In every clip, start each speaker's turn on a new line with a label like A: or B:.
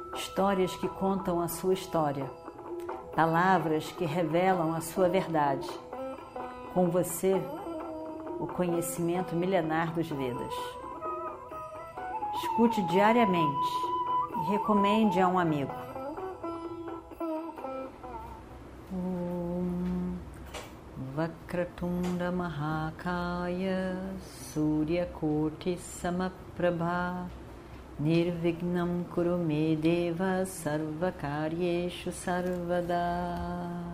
A: histórias que contam a sua história, palavras que revelam a sua verdade. Com você, o conhecimento milenar dos Vedas. Escute diariamente e recomende a um amigo. Om Vakratunda Mahakaya Suryakoti Samaprabha Nirvignam Kurume Deva Sarvakaryeshu Sarvada.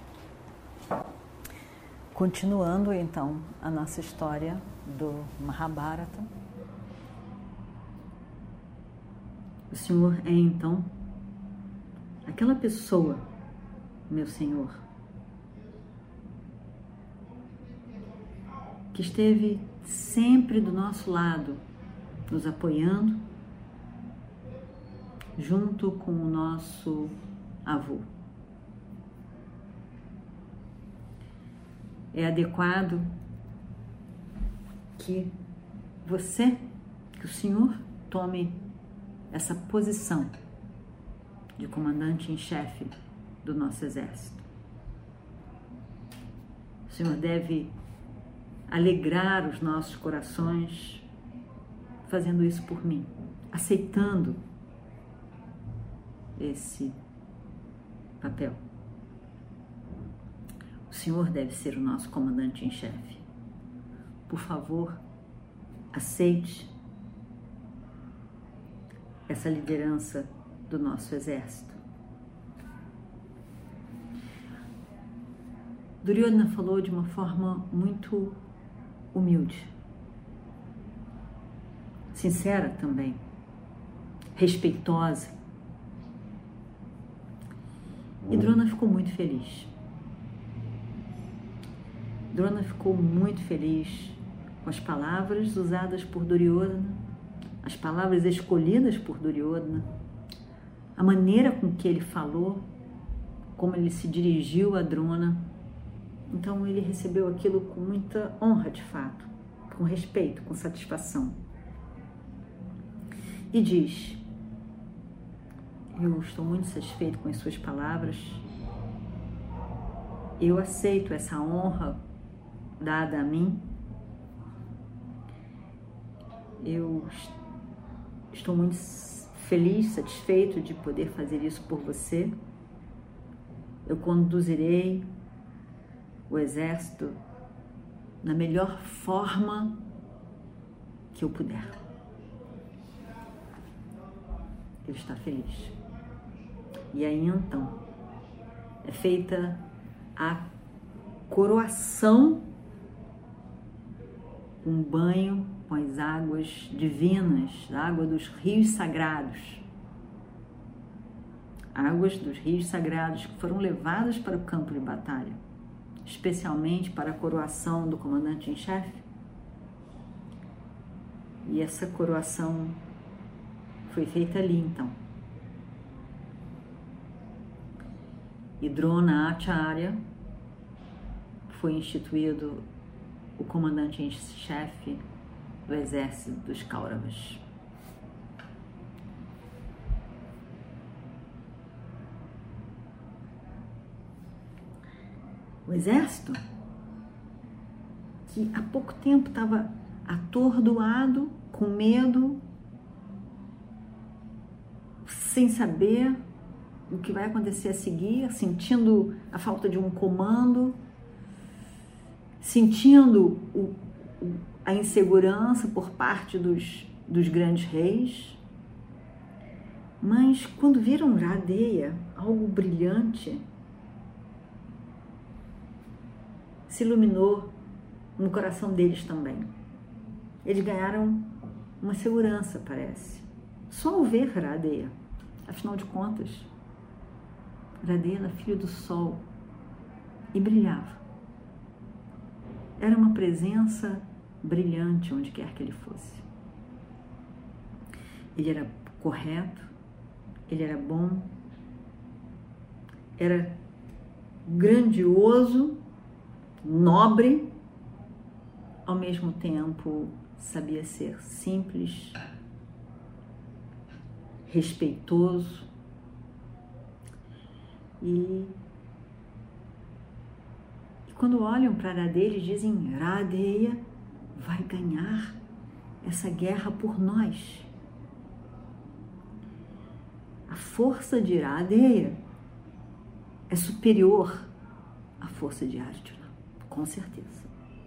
A: Continuando então a nossa história do Mahabharata. O Senhor é então aquela pessoa, meu Senhor, que esteve sempre do nosso lado, nos apoiando, junto com o nosso avô. É adequado que o Senhor tome essa posição de comandante em chefe do nosso exército. O Senhor deve alegrar os nossos corações fazendo isso por mim, aceitando esse papel. O Senhor deve ser o nosso comandante em chefe. Por favor, aceite essa liderança do nosso exército. Duryodhana falou de uma forma muito humilde, sincera também, respeitosa. E Drona ficou muito feliz. Drona ficou muito feliz com as palavras usadas por Duryodhana, as palavras escolhidas por Duryodhana, a maneira com que ele falou, como ele se dirigiu a Drona. Então ele recebeu aquilo com muita honra, de fato, com respeito, com satisfação. E diz: eu estou muito satisfeito com as suas palavras, eu aceito essa honra dada a mim, eu estou muito feliz, satisfeito de poder fazer isso por você. Eu conduzirei o exército da melhor forma que eu puder. Ele está feliz. E aí então é feita a coroação, um banho com as águas divinas, a água dos rios sagrados. Águas dos rios sagrados que foram levadas para o campo de batalha, especialmente para a coroação do comandante em chefe. E essa coroação foi feita ali então. E Drona Acharya foi instituído o comandante em chefe do exército dos Kauravas. O exército, que há pouco tempo estava atordoado, com medo, sem saber o que vai acontecer a seguir, sentindo a falta de um comando, sentindo a insegurança por parte dos grandes reis. Mas quando viram Radeya, algo brilhante se iluminou no coração deles também. Eles ganharam uma segurança, parece, só ao ver Radeya. Afinal de contas, Radeya era filho do sol e brilhava. Era uma presença brilhante onde quer que ele fosse. Ele era correto, ele era bom, era grandioso, nobre, ao mesmo tempo sabia ser simples, respeitoso. E quando olham para Aradeia, eles dizem: Aradeia vai ganhar essa guerra por nós. A força de Aradeia é superior à força de Arjuna, com certeza.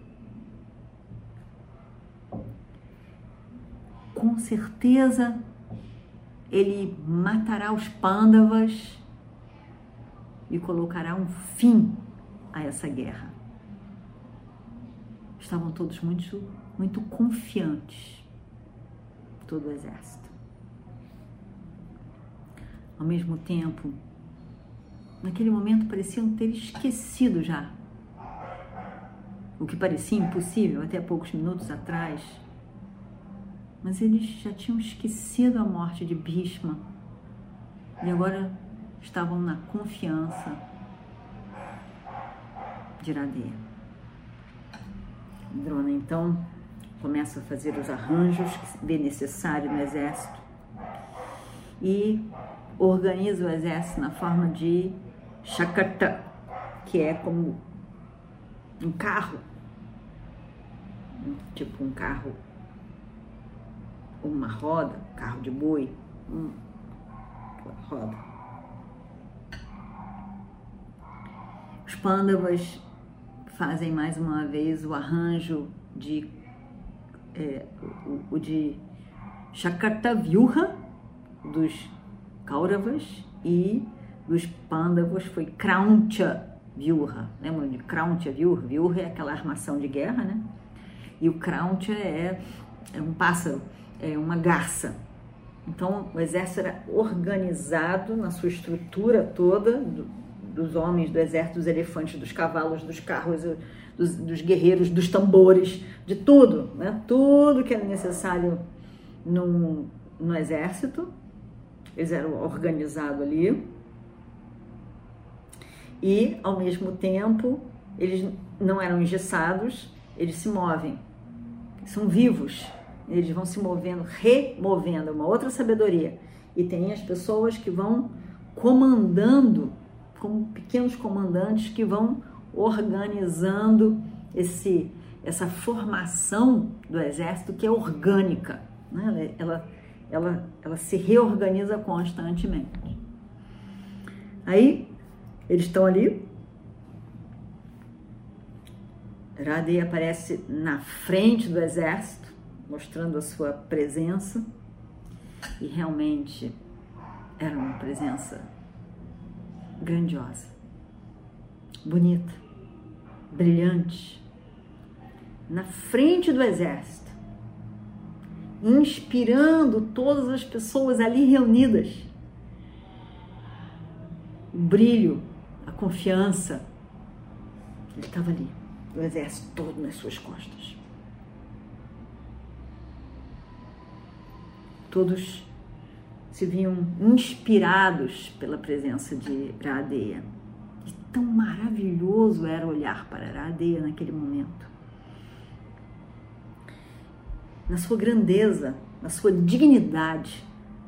A: Com certeza ele matará os Pandavas e colocará um fim a essa guerra. Estavam todos muito confiantes, todo o exército. Ao mesmo tempo, naquele momento pareciam ter esquecido já o que parecia impossível até poucos minutos atrás, mas eles já tinham esquecido a morte de Bhishma e agora estavam na confiança de Aradeia. Drona então começa a fazer os arranjos que vê necessário no exército e organiza o exército na forma de Shakata, que é como um carro, tipo um carro, uma roda, carro de boi, roda. Os Pandavas fazem mais uma vez o arranjo de Shakata Vyuha dos Kauravas e dos Pandavas foi Krauncha Vyuha. Lembram de Krauncha Vyuha? Vyuha é aquela armação de guerra, né? E o Krauncha é um pássaro, é uma garça. Então o exército era organizado na sua estrutura toda, dos homens, do exército, dos elefantes, dos cavalos, dos carros, dos guerreiros, dos tambores, de tudo, né? Tudo que era necessário no exército, eles eram organizados ali. E, ao mesmo tempo, eles não eram engessados, eles se movem, são vivos, eles vão se movendo, removendo, uma outra sabedoria. E tem as pessoas que vão comandando, como pequenos comandantes que vão organizando essa formação do exército que é orgânica, né? Ela se reorganiza constantemente. Aí eles estão ali, Aradeia aparece na frente do exército, mostrando a sua presença, e realmente era uma presença grandiosa, bonita, brilhante, na frente do exército, inspirando todas as pessoas ali reunidas, o brilho, a confiança. Ele estava ali, o exército todo nas suas costas. Todos se viam inspirados pela presença de Aradeia. E tão maravilhoso era olhar para Aradeia naquele momento. Na sua grandeza, na sua dignidade,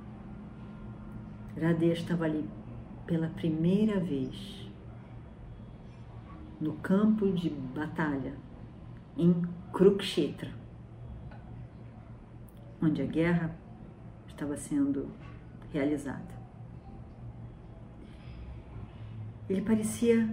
A: Aradeia estava ali pela primeira vez no campo de batalha em Kurukshetra, onde a guerra estava sendo realizada. Ele parecia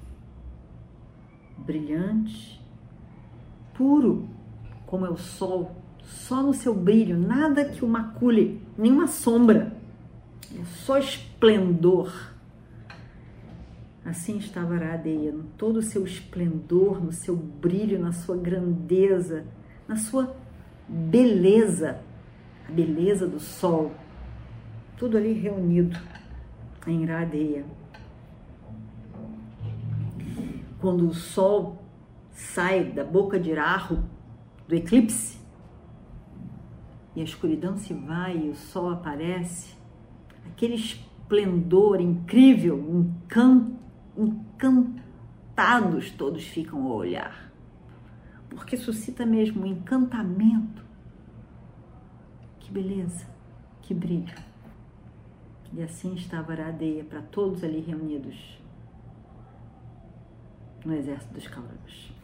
A: brilhante, puro, como é o sol, só no seu brilho, nada que o macule, nenhuma sombra, é só esplendor. Assim estava Aradeia, em todo o seu esplendor, no seu brilho, na sua grandeza, na sua beleza, a beleza do sol, tudo ali reunido em Aradeia. Quando o sol sai da boca de Rahu, do eclipse, e a escuridão se vai e o sol aparece, aquele esplendor incrível, encantados todos ficam a olhar, porque suscita mesmo um encantamento. Que beleza, que brilho. E assim estava Aradeya para todos ali reunidos no exército dos Kauravas.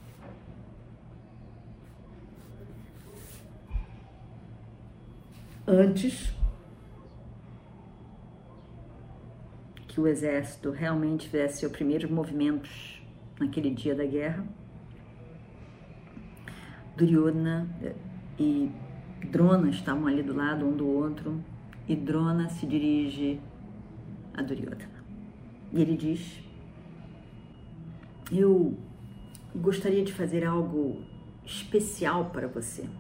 A: Antes que o exército realmente fizesse seus primeiros movimentos naquele dia da guerra, Duryodhana e Drona estavam ali do lado um do outro, e Drona se dirige a Duryodhana. E ele diz: eu gostaria de fazer algo especial para você.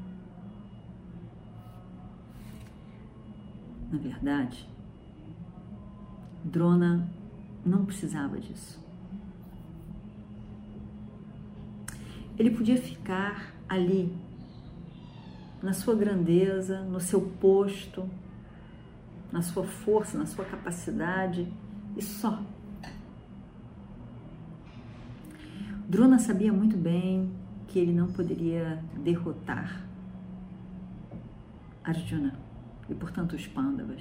A: Na verdade, Drona não precisava disso. Ele podia ficar ali, na sua grandeza, no seu posto, na sua força, na sua capacidade, e só. Drona sabia muito bem que ele não poderia derrotar Arjuna e, portanto, os Pandavas.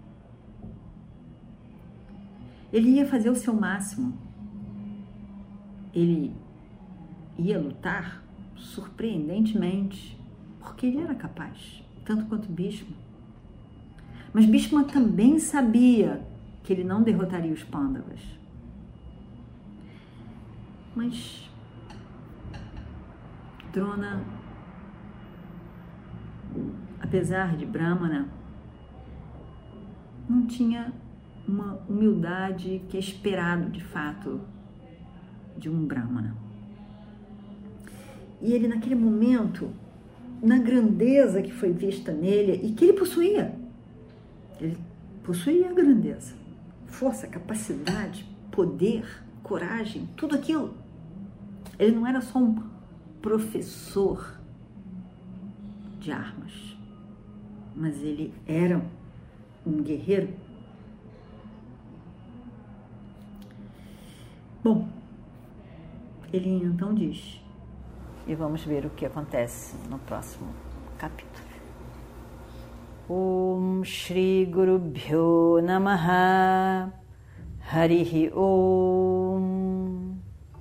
A: Ele ia fazer o seu máximo. Ele ia lutar surpreendentemente, porque ele era capaz, tanto quanto Bhishma. Mas Bhishma também sabia que ele não derrotaria os Pandavas. Mas Drona, apesar de Brahmana, não tinha uma humildade que é esperado, de fato, de um Brahmana. E ele, naquele momento, na grandeza que foi vista nele e que ele possuía a grandeza, força, capacidade, poder, coragem, tudo aquilo. Ele não era só um professor de armas, mas ele era um guerreiro. Bom, ele então diz, e vamos ver o que acontece no próximo capítulo. Om Shri Guru Bhyo Namaha Harihi Om.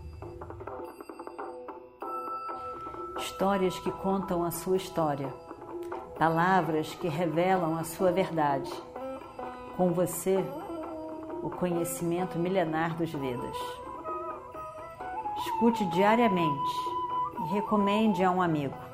A: Histórias que contam a sua história, palavras que revelam a sua verdade. Com você, o conhecimento milenar dos Vedas. Escute diariamente e recomende a um amigo.